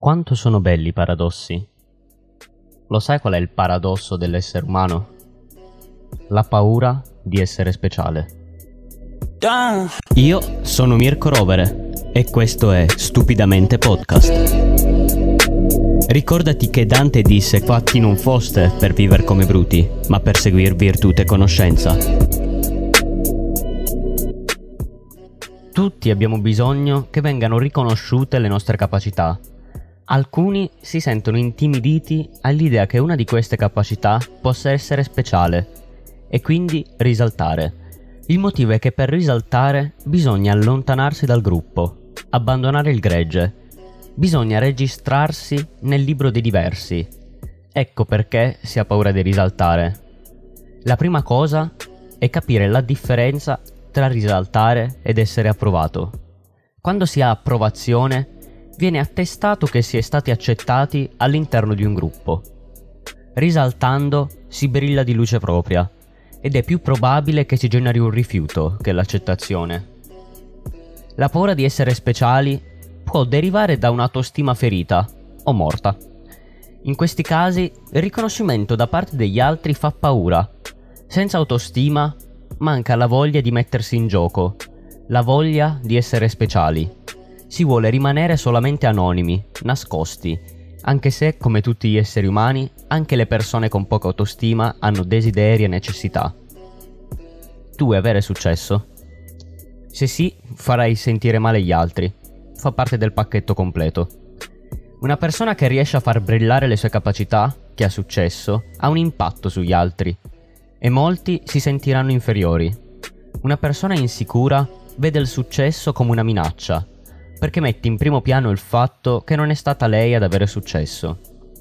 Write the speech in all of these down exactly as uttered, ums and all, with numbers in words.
Quanto sono belli i paradossi. Lo sai qual è il paradosso dell'essere umano? La paura di essere speciale. Io sono Mirko Rovere e questo è Stupidamente Podcast. Ricordati che Dante disse: fatti non foste per vivere come bruti, ma per seguir virtù e conoscenza. Tutti abbiamo bisogno che vengano riconosciute le nostre capacità. Alcuni si sentono intimiditi all'idea che una di queste capacità possa essere speciale e quindi risaltare. Il motivo è che per risaltare bisogna allontanarsi dal gruppo, abbandonare il gregge, bisogna registrarsi nel libro dei diversi. Ecco perché si ha paura di risaltare. La prima cosa è capire la differenza tra risaltare ed essere approvato. Quando si ha approvazione, viene attestato che si è stati accettati all'interno di un gruppo. Risaltando si brilla di luce propria ed è più probabile che si generi un rifiuto che l'accettazione. La paura di essere speciali può derivare da un'autostima ferita o morta. In questi casi il riconoscimento da parte degli altri fa paura. Senza autostima manca la voglia di mettersi in gioco, la voglia di essere speciali. Si vuole rimanere solamente anonimi, nascosti, anche se, come tutti gli esseri umani, anche le persone con poca autostima hanno desideri e necessità. Tu vuoi avere successo? Se sì, farai sentire male gli altri. Fa parte del pacchetto completo. Una persona che riesce a far brillare le sue capacità, che ha successo, ha un impatto sugli altri. E molti si sentiranno inferiori. Una persona insicura vede il successo come una minaccia, perché mette in primo piano il fatto che non è stata lei ad avere successo.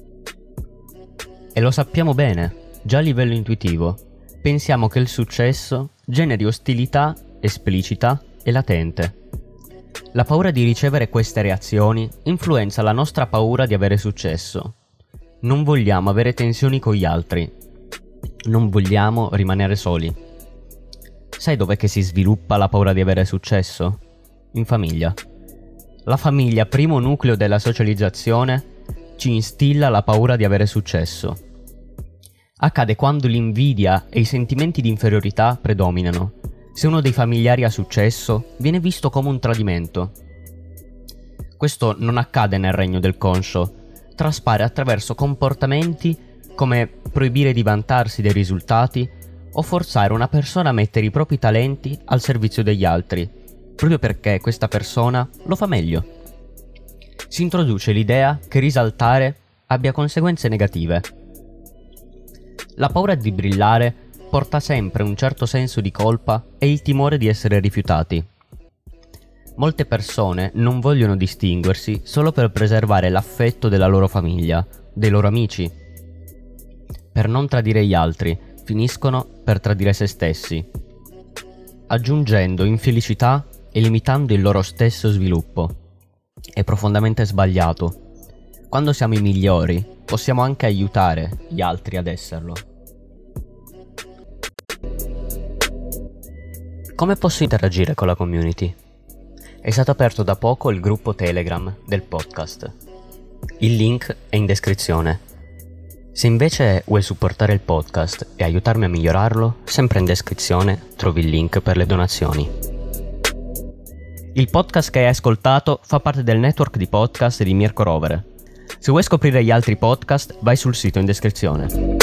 E lo sappiamo bene, già a livello intuitivo. Pensiamo che il successo generi ostilità esplicita e latente. La paura di ricevere queste reazioni influenza la nostra paura di avere successo. Non vogliamo avere tensioni con gli altri. Non vogliamo rimanere soli. Sai dov'è che si sviluppa la paura di avere successo? In famiglia. La famiglia, primo nucleo della socializzazione, ci instilla la paura di avere successo. Accade quando l'invidia e i sentimenti di inferiorità predominano. Se uno dei familiari ha successo, viene visto come un tradimento. Questo non accade nel regno del conscio, traspare attraverso comportamenti come proibire di vantarsi dei risultati o forzare una persona a mettere i propri talenti al servizio degli altri, proprio perché questa persona lo fa meglio. Si introduce l'idea che risaltare abbia conseguenze negative. La paura di brillare porta sempre un certo senso di colpa e il timore di essere rifiutati. Molte persone non vogliono distinguersi solo per preservare l'affetto della loro famiglia, dei loro amici. Per non tradire gli altri, finiscono per tradire se stessi, aggiungendo infelicità e limitando il loro stesso sviluppo. È profondamente sbagliato. Quando siamo i migliori, possiamo anche aiutare gli altri ad esserlo. Come posso interagire con la community? È stato aperto da poco il gruppo Telegram del podcast. Il link è in descrizione. Se invece vuoi supportare il podcast e aiutarmi a migliorarlo, sempre in descrizione trovi il link per le donazioni. Il podcast che hai ascoltato fa parte del network di podcast di Mirko Rovere. Se vuoi scoprire gli altri podcast, vai sul sito in descrizione.